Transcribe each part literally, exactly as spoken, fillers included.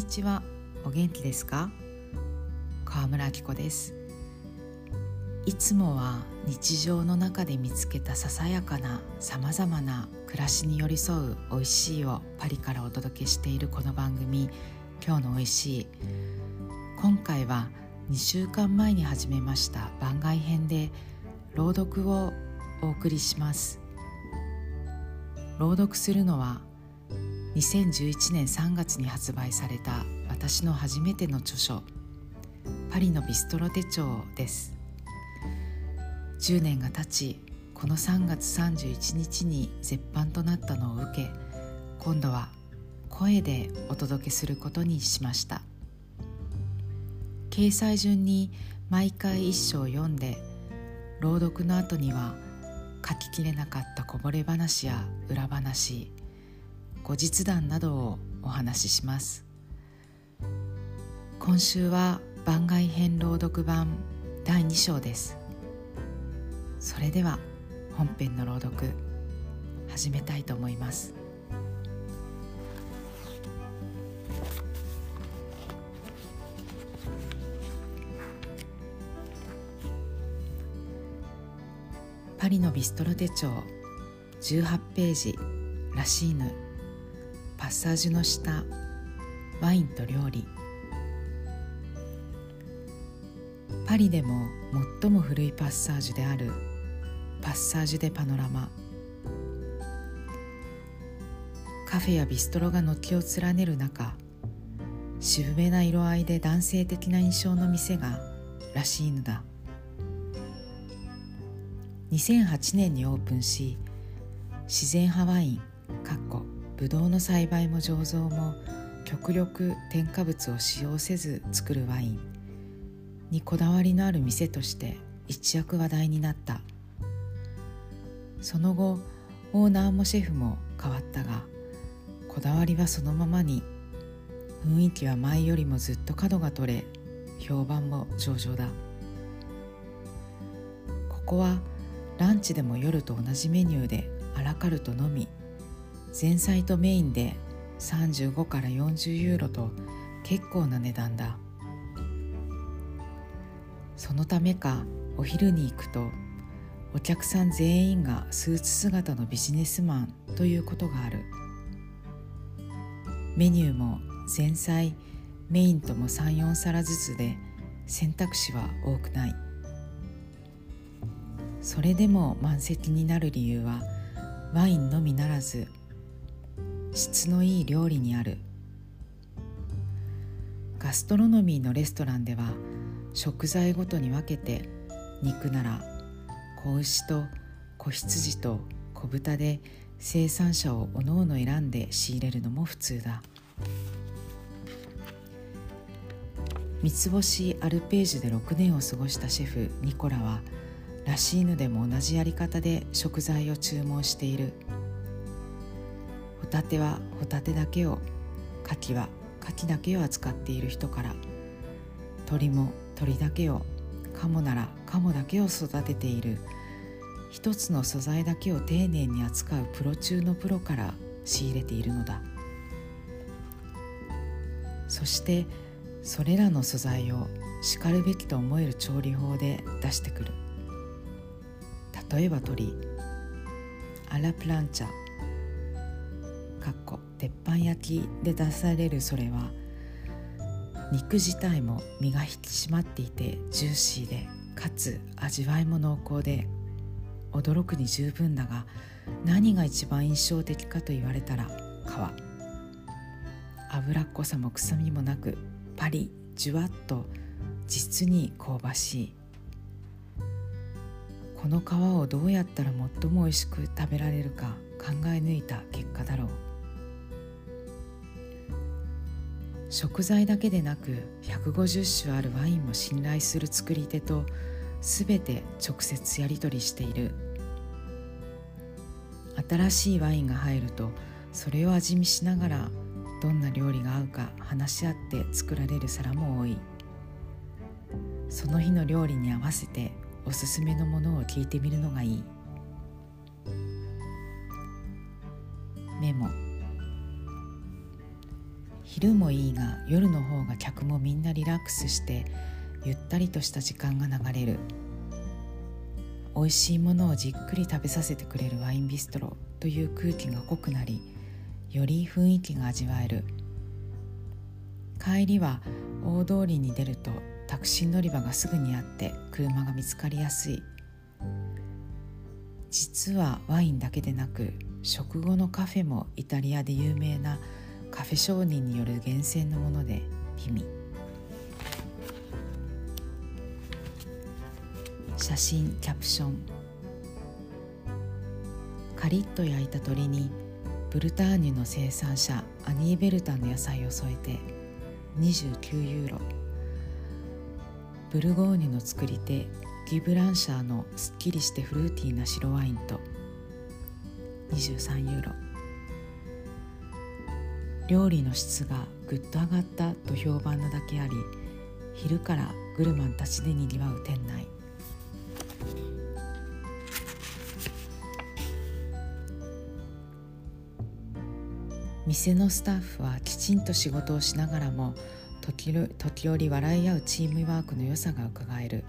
にちは。お元気ですか？川村明子です。いつもは日常の中で見つけたささやかなさまざまな暮らしに寄り添うおいしいをパリからお届けしているこの番組、今日のおいしい。今回はにしゅうかんまえに始めました番外編で朗読をお送りします。朗読するのはにせんじゅういちねんさんがつに発売された私の初めての著書、パリのビストロ手帳です。じゅうねんが経ち、このさんがつさんじゅういちにちに絶版となったのを受け、今度は声でお届けすることにしました。掲載順に毎回一章読んで、朗読の後には書ききれなかったこぼれ話や裏話、後日談などをお話しします。今週は番外編朗読版だいに章です。それでは本編の朗読始めたいと思います。パリのビストロ手帳じゅうはちページ、ラシーヌ。パッサージュの下、ワインと料理。パリでも最も古いパッサージュであるパッサージュ・デ・パノラマ。カフェやビストロが軒を連ねる中、渋めな色合いで男性的な印象の店がラシーヌだ。にせんはちねんにオープンし、自然派ワインブドウの栽培も醸造も極力添加物を使用せず作るワインにこだわりのある店として一躍話題になった。その後オーナーもシェフも変わったが、こだわりはそのままに、雰囲気は前よりもずっと角が取れ、評判も上々だ。ここはランチでも夜と同じメニューでアラカルトのみ、前菜とメインでさんじゅうごからよんじゅうユーロと結構な値段だ。そのためかお昼に行くとお客さん全員がスーツ姿のビジネスマンということがある。メニューも前菜メインとも さん,よん 皿ずつで選択肢は多くない。それでも満席になる理由はワインのみならず質のいい料理にある。ガストロノミーのレストランでは食材ごとに分けて、肉なら子牛と子羊と子豚で生産者をおのおの選んで仕入れるのも普通だ。三つ星アルページュでろくねんを過ごしたシェフニコラは、ラシーヌでも同じやり方で食材を注文している。ホタテはホタテだけを、カキはカキだけを扱っている人から、鳥も鳥だけを、カモならカモだけを育てている、一つの素材だけを丁寧に扱うプロ中のプロから仕入れているのだ。そしてそれらの素材をしかるべきと思える調理法で出してくる。例えば鶏、アラプランチャ鉄板焼きで出される。それは肉自体も身が引き締まっていてジューシーで、かつ味わいも濃厚で驚くに十分だが、何が一番印象的かと言われたら皮。脂っこさも臭みもなく、パリジュワッと実に香ばしい。この皮をどうやったら最も美味しく食べられるか考え抜いた結果だろう。食材だけでなくひゃくごじゅっしゅあるワインも信頼する作り手とすべて直接やり取りしている。新しいワインが入るとそれを味見しながらどんな料理が合うか話し合って作られる皿も多い。その日の料理に合わせておすすめのものを聞いてみるのがいい。メモ。 昼もいいが夜の方が客もみんなリラックスしてゆったりとした時間が流れる。美味しいものをじっくり食べさせてくれるワインビストロという空気が濃くなり、より雰囲気が味わえる。帰りは大通りに出るとタクシー乗り場がすぐにあって車が見つかりやすい。実はワインだけでなく食後のカフェもイタリアで有名なカフェ商人による厳選のもので美味。写真キャプション。カリッと焼いた鶏にブルターニュの生産者アニー・ベルタンの野菜を添えてにじゅうきゅうユーロ。ブルゴーニュの作り手ギブランシャーのすっきりしてフルーティーな白ワインとにじゅうさんユーロ。料理の質がぐっと上がったと評判なだけあり、昼からグルマンたちでにぎわう店内。店のスタッフはきちんと仕事をしながらも時々、時折笑い合うチームワークの良さがうかがえる。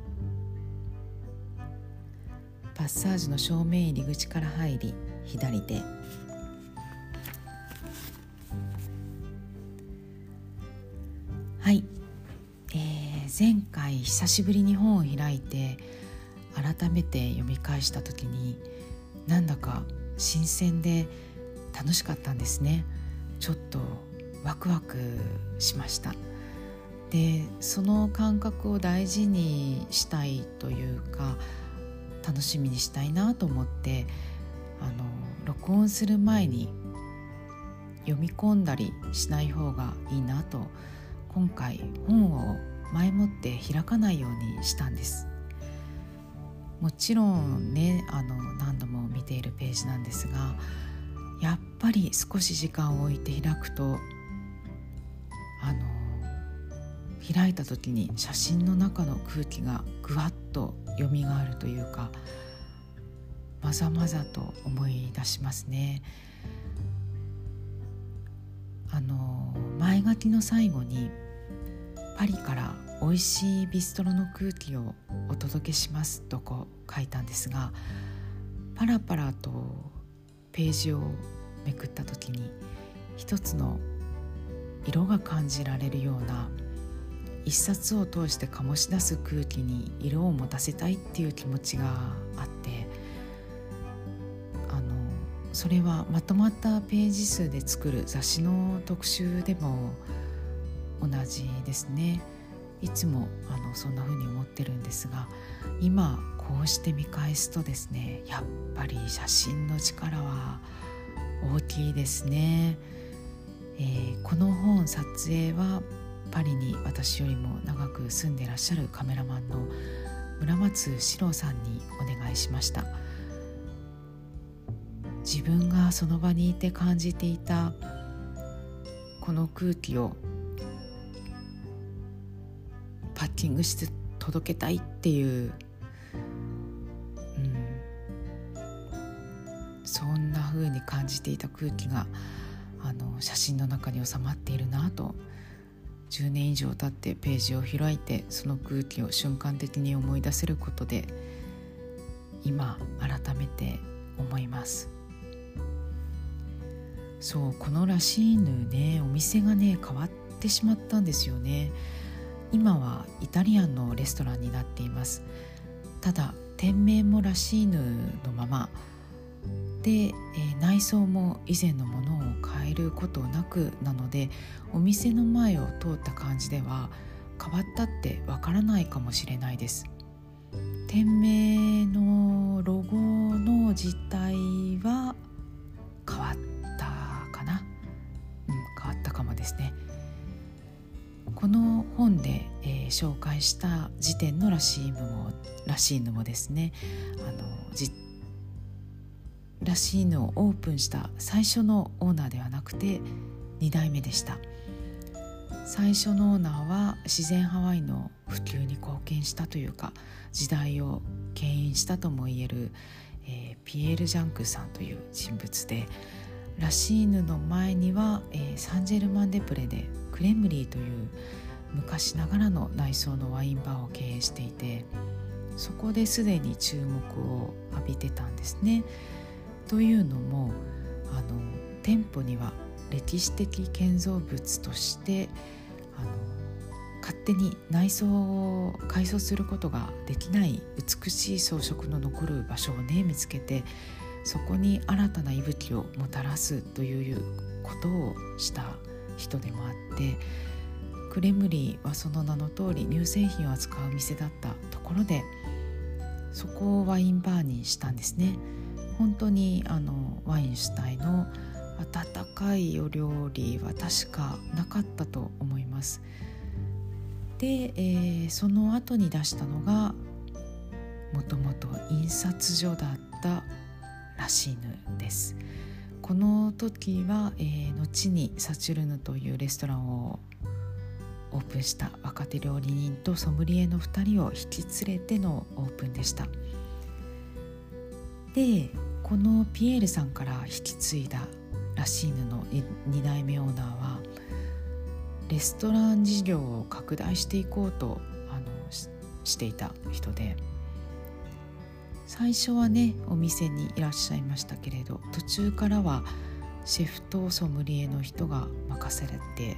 パッサージの正面入り口から入り左手。はい、えー、前回久しぶりに本を開いて改めて読み返した時になんだか新鮮で楽しかったんですね。ちょっとワクワクしました。で、その感覚を大事にしたいというか楽しみにしたいなと思って、あの録音する前に読み込んだりしない方がいいなと、今回本を前もって開かないようにしたんです。もちろんね、あの何度も見ているページなんですが、やっぱり少し時間を置いて開くと、あの開いた時に写真の中の空気がぐわっとよみがえるというか、まざまざと思い出しますね。あの前書きの最後にパリから美味しいビストロの空気をお届けしますとこう書いたんですが、パラパラとページをめくった時に一つの色が感じられるような、一冊を通して醸し出す空気に色を持たせたいっていう気持ちがあって、あのそれはまとまったページ数で作る雑誌の特集でも同じですね。いつもあのそんな風に思ってるんですが、今こうして見返すとですね、やっぱり写真の力は大きいですね。えー、この本撮影はパリに私よりも長く住んでいらっしゃるカメラマンの村松史郎さんにお願いしました。自分がその場にいて感じていたこの空気をパッキングして届けたいっていう、うん、そんな風に感じていた空気があの写真の中に収まっているなと、じゅうねん以上経ってページを開いてその空気を瞬間的に思い出せることで今改めて思います。そう、このラシーヌね、お店がね変わってしまったんですよね。今はイタリアンのレストランになっています。ただ店名もラシーヌのままで、えー、内装も以前のものを変えることなくなので、お店の前を通った感じでは変わったってわからないかもしれないです。店名のロゴの実態は変わったかな、うん、変わったかもですね。この本で、えー、紹介した時点のラシーヌもラシーヌもですね、あのじラシーヌをオープンした最初のオーナーではなくてにだいめでした。最初のオーナーは自然ハワイの普及に貢献したというか、時代を牽引したともいえる、えー、ピエール・ジャンクさんという人物で、 ラシーヌの前には、えー、サンジェルマン・デ・プレでクレムリーという昔ながらの内装のワインバーを経営していて、そこですでに注目を浴びてたんですね。というのもあの店舗には歴史的建造物としてあの勝手に内装を改装することができない美しい装飾の残る場所をね見つけて、そこに新たな息吹をもたらすということをした人でもあって、クレムリーはその名の通り乳製品を扱う店だったところで、そこをワインバーにしたんですね。本当にあのワイン主体の温かいお料理は確かなかったと思います。で、えー、その後に出したのがもともと印刷所だったラシーヌです。この時は、えー、後にサチュルヌというレストランをオープンした若手料理人とソムリエのふたりを引き連れてのオープンでした。で、このピエールさんから引き継いだラシーヌのに代目オーナーはレストラン事業を拡大していこうとあの し, していた人で、最初はねお店にいらっしゃいましたけれど、途中からはシェフとソムリエの人が任されて、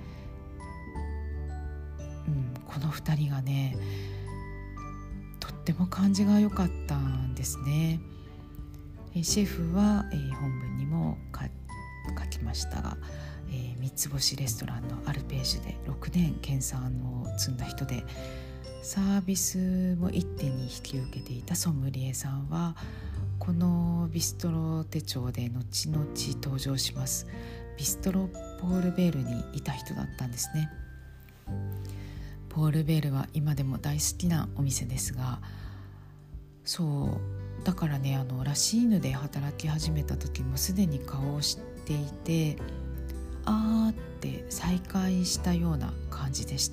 うん、このふたりがねとっても感じが良かったんですね。シェフは、えー、本文にも書きましたが、えー、三つ星レストランのアルページュでろくねん研鑽を積んだ人で、サービスも一手に引き受けていたソムリエさんはこのビストロ手帳で後々登場しますビストロポールベールにいた人だったんですね。ポールベールは今でも大好きなお店ですが、そうだからね、あのラシーヌで働き始めた時もすでに顔を知っていて、あーって再会したような感じでした。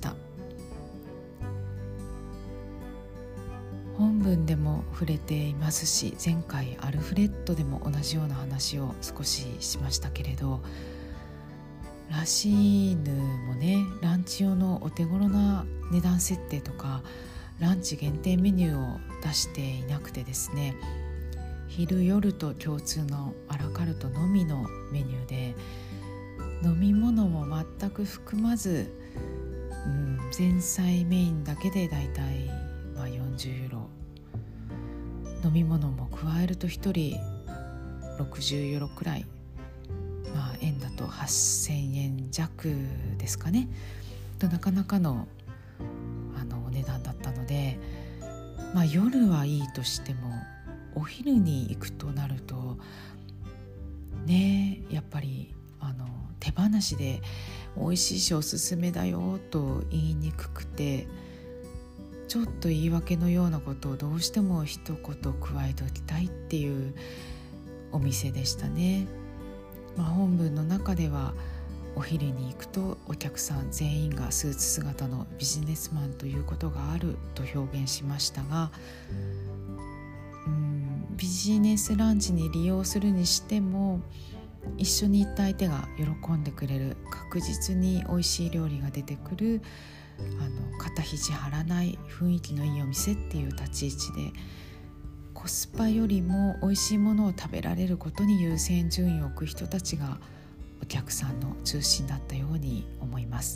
本文でも触れていますし、前回アルフレッドでも同じような話を少ししましたけれど、ラシーヌもねランチ用のお手頃な値段設定とかランチ限定メニューを出していなくてですね、昼夜と共通のアラカルトのみのメニューで、飲み物も全く含まず、うん、前菜メインだけでだいたいまあよんじゅうユーロ、飲み物も加えるとひとりろくじゅうユーロくらい、まあ円だとはっせんえん弱ですかねと、なかなかのあのお値段だったので、まあ夜はいいとしてもお昼に行くとなるとね、やっぱりあの手放しで美味しいしおすすめだよと言いにくくて、ちょっと言い訳のようなことをどうしても一言加えておきたいっていうお店でしたね。まあ、本文の中ではお昼に行くとお客さん全員がスーツ姿のビジネスマンということがあると表現しましたが、うーんビジネスランチに利用するにしても一緒に行った相手が喜んでくれる、確実に美味しい料理が出てくる、あの肩肘張らない雰囲気のいいお店っていう立ち位置で、コスパよりも美味しいものを食べられることに優先順位を置く人たちがお客さんの中心だったように思います。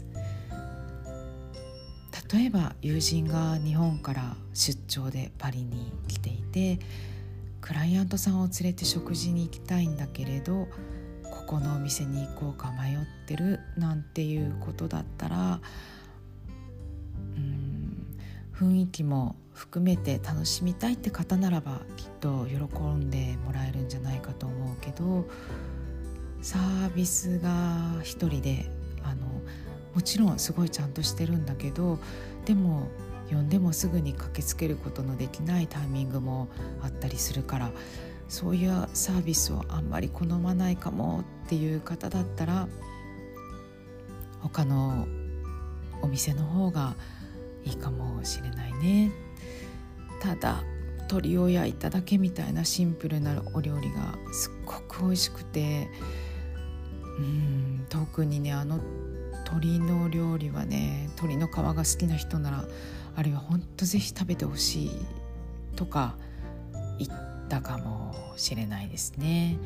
例えば友人が日本から出張でパリに来ていて、クライアントさんを連れて食事に行きたいんだけれど、ここのお店に行こうか迷ってるなんていうことだったら、うーん雰囲気も含めて楽しみたいって方ならばきっと喜んでもらえるんじゃないかと思うけど、サービスが一人であのもちろんすごいちゃんとしてるんだけど、でも呼んでもすぐに駆けつけることのできないタイミングもあったりするから、そういうサービスをあんまり好まないかもっていう方だったら他のお店の方がいいかもしれないね。ただ鶏を焼いただけみたいなシンプルなお料理がすっごくく美味しくて、うん特にねあの鶏の料理はね、鶏の皮が好きな人ならあれは本当ぜひ食べてほしいとか言ったかもしれないですね。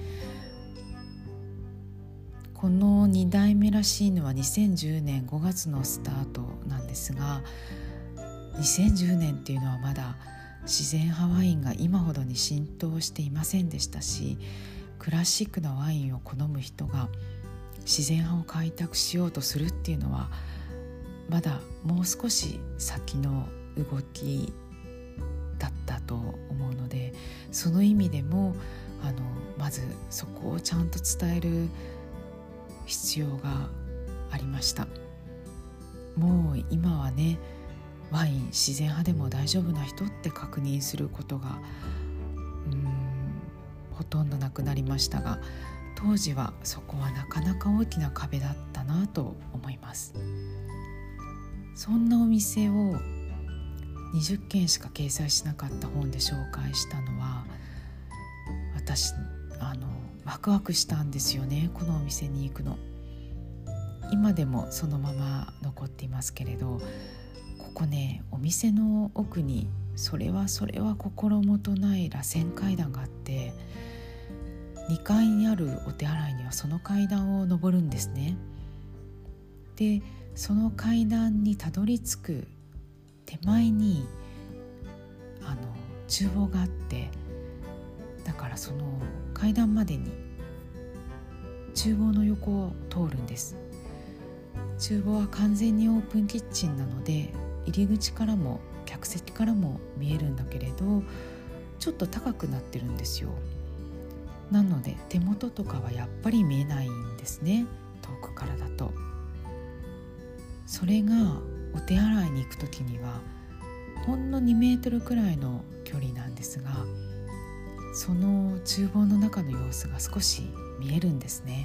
このにだいめらしいのはにせんじゅうねんごがつのスタートなんですが、にせんじゅうねんっていうのはまだ自然派ワインが今ほどに浸透していませんでしたし、クラシックなワインを好む人が自然派を開拓しようとするっていうのはまだもう少し先の動きだったと思うので、その意味でもあのまずそこをちゃんと伝える必要がありました。もう今はね、ワイン自然派でも大丈夫な人って確認することがうーんほとんどなくなりましたが、当時はそこはなかなか大きな壁だったなと思います。そんなお店をにじゅっけんしか掲載しなかった本で紹介したのは、私あのワクワクしたんですよね、このお店に行くの。今でもそのまま残っていますけれど、ここね、お店の奥にそれはそれは心もとない螺旋階段があって、にかいにあるお手洗いにはその階段を上るんですね。でその階段にたどり着く手前にあの厨房があって、だからその階段までに厨房の横を通るんです。厨房は完全にオープンキッチンなので、入り口からも客席からも見えるんだけれど、ちょっと高くなってるんですよ。なので手元とかはやっぱり見えないんですね、遠くからだと。それがお手洗いに行くときにはほんのにメートルくらいの距離なんですが、その厨房の中の様子が少し見えるんですね。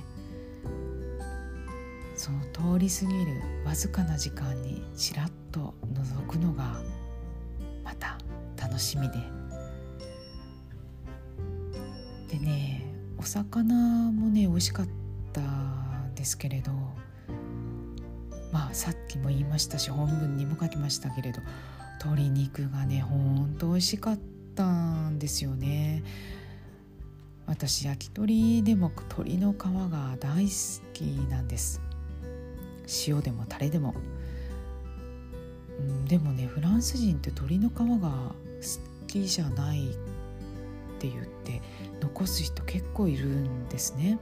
その通り過ぎるわずかな時間にちらっと覗くのがまた楽しみで、でね、お魚もね美味しかったんですけれど、まあさっきも言いましたし本文にも書きましたけれど、鶏肉がねほんと美味しかったんですよね。私焼き鳥でも鶏の皮が大好きなんです。塩でもタレでも、うん、でもねフランス人って鶏の皮が好きじゃないって言って残す人結構いるんですね。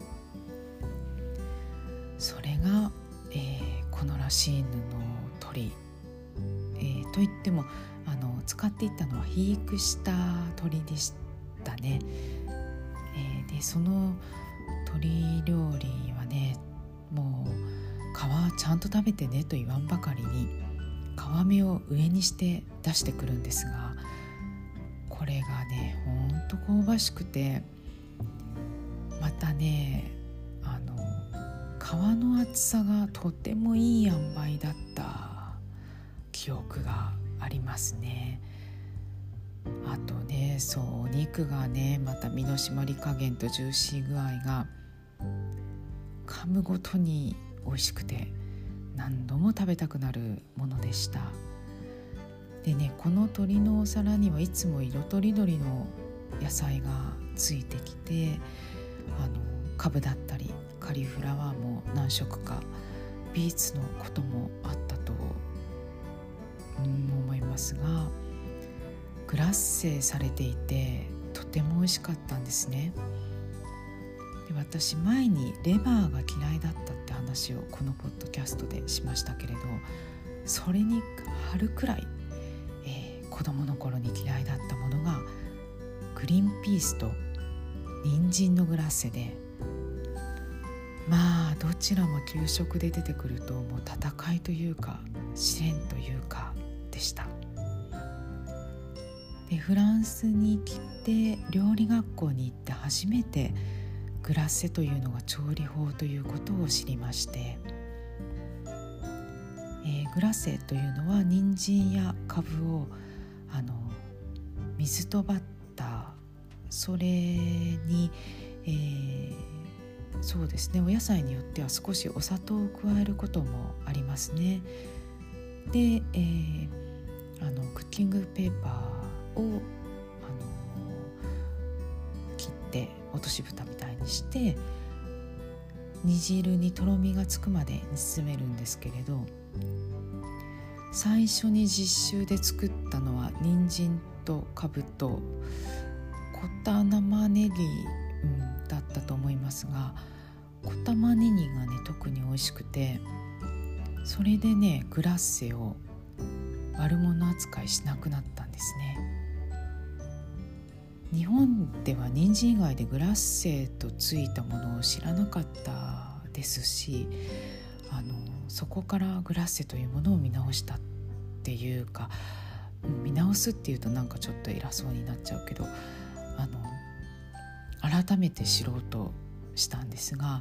それが、えー、このラシーヌの鶏、えー、といってもあの使っていったのは肥育した鶏でしたね。えー、でその鶏料理はね、もう皮ちゃんと食べてねと言わんばかりに皮目を上にして出してくるんですが、これがねほんと香ばしくて、またねあの皮の厚さがとてもいい塩梅だった記憶がありますね。あとね、そうお肉がねまた身の締まり加減とジューシー具合が噛むごとに美味しくて何度も食べたくなるものでした。でね、この鶏のお皿にはいつも色とりどりの野菜がついてきて、あのカブだったりカリフラワーも何色か、ビーツのこともあったと、うん、思いますが、グラッセされていてとても美味しかったんですね。で私前にレバーが嫌いだったって話をこのポッドキャストでしましたけれど、それに春くらい、えー、子供の頃に嫌いだったものがグリーンピースと人参のグラッセで、まあどちらも給食で出てくるともう戦いというか試練というかでした。でフランスに来て料理学校に行って初めてグラッセというのが調理法ということを知りまして、えー、グラッセというのは人参やカブをあの水とバッター、それに、えー、 そうですね、お野菜によっては少しお砂糖を加えることもありますね。で、えー、あのクッキングペーパーをあの切って落とし蓋みたいにして煮汁にとろみがつくまで煮詰めるんですけれど、最初に実習で作ったのは人参とかぶと小玉ねぎ、うん、だったと思いますが、小玉ねぎがね特に美味しくて、それでねグラッセを悪者扱いしなくなったんですね。日本では人参以外でグラッセとついたものを知らなかったですし、あのそこからグラッセというものを見直したっていうか、見直すっていうとなんかちょっと偉そうになっちゃうけど、あの改めて知ろうとしたんですが、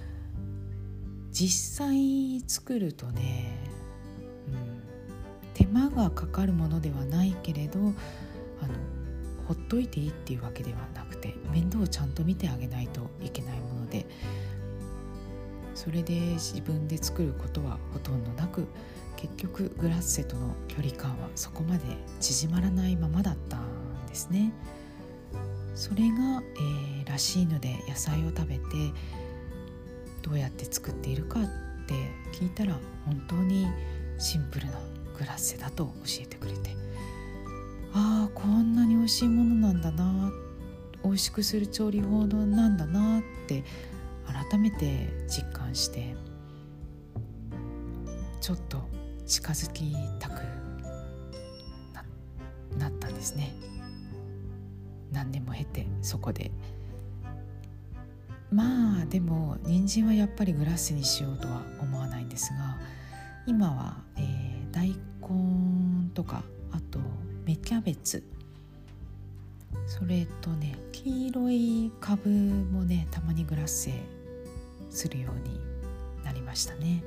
実際作るとね、うん、手間がかかるものではないけれど、あのほっといていいっていうわけではなくて、面倒をちゃんと見てあげないといけないもので、それで自分で作ることはほとんどなく、結局グラッセとの距離感はそこまで縮まらないままだったんですね。それが、えー、ラシーヌで野菜を食べてどうやって作っているかって聞いたら、本当にシンプルなグラッセだと教えてくれて、ああこんなに美味しいものなんだな、美味しくする調理法なんだなって改めて実感して、ちょっと近づきたく な, なったんですね。何年も経てそこで、まあでも人参はやっぱりグラッセにしようとは思わないんですが、今は、えー、大根とか、あと芽キャベツ、それとね黄色いカブもねたまにグラッセするようになりましたね。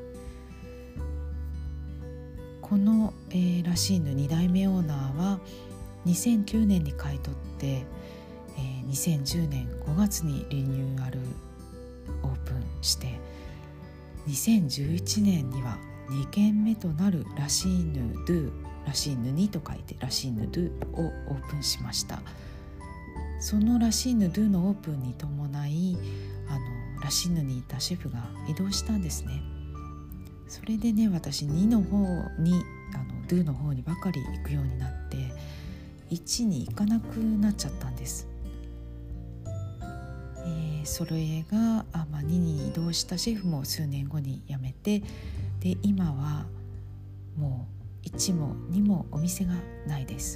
この、えー、ラシーヌに代目オーナーはにせんきゅうねんに買い取って、えー、にせんじゅうねんごがつにリニューアルオープンして、にせんじゅういちねんにはにけんめとなるラシーヌ・ドゥ、ラシーヌにと書いてラシーヌ・ドゥをオープンしました。そのラシーヌ・ドゥのオープンに伴い、あのラシーヌにいたシェフが移動したんですね。それでね、私にの方にあのドゥの方にばかり行くようになって、いちに行かなくなっちゃったんです。えー、それがあ、まあ、にに移動したシェフも数年後に辞めて、で今はもういちもにもお店がないです。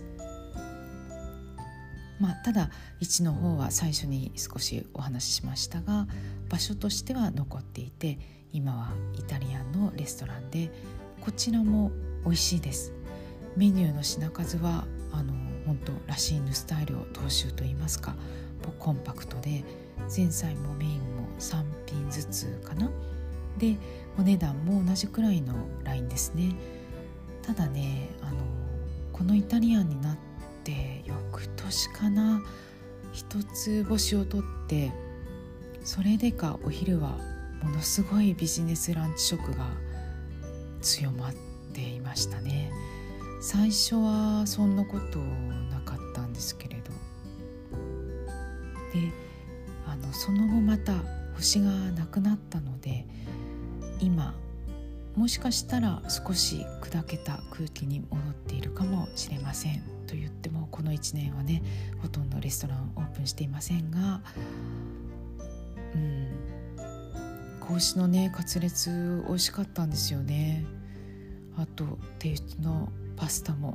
まあ、ただいちの方は最初に少しお話ししましたが、場所としては残っていて、今はイタリアンのレストランで、こちらも美味しいです。メニューの品数はあの本当ラシーヌスタイルを踏襲といいますか、コンパクトで、前菜もメインもさんぴんずつかな。でお値段も同じくらいのラインですね。ただね、あのこのイタリアンになって翌年かな、一つ星を取って、それでかお昼はものすごいビジネスランチ食が強まっていましたね。最初はそんなことなかったんですけれど、であのその後また星がなくなったので、今もしかしたら少し砕けた空気に戻っているかもしれません。と言ってもこのいちねんはね、ほとんどレストランオープンしていませんが、うん子牛のねカツレツ美味しかったんですよね。あと手打ちのパスタも、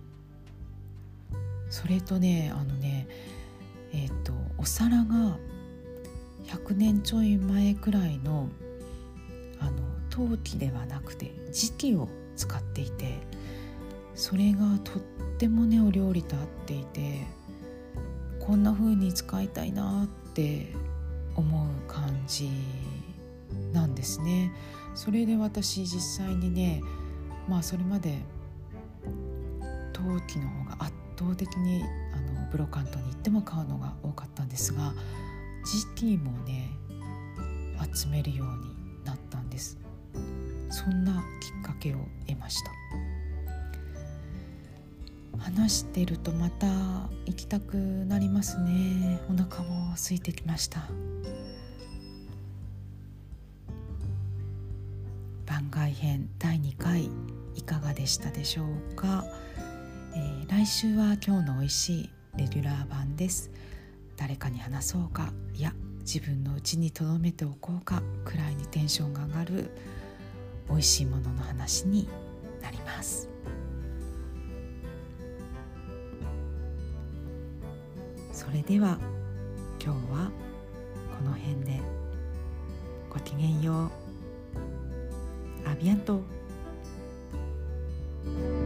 それとねあのねえっとお皿がひゃくねんちょい前くらいのあの陶器ではなくて磁器を使っていて、それがとってもねお料理と合っていて、こんな風に使いたいなって思う感じなんですね。それで私実際にね、まあそれまで陶器の方が圧倒的にあのブロカントに行っても買うのが多かったんですが、磁器もね集めるようになったんです。そんなきっかけを得ました。話してるとまた行きたくなりますね。お腹も空いてきました。番外編だいにかいいかがでしたでしょうか。えー、来週は今日のおいしいレギュラー版です。誰かに話そうか、いや自分のうちに留めておこうかくらいにテンションが上がるおいしいものの話になります。それでは今日はこの辺で。ごきげんよう。アビアント。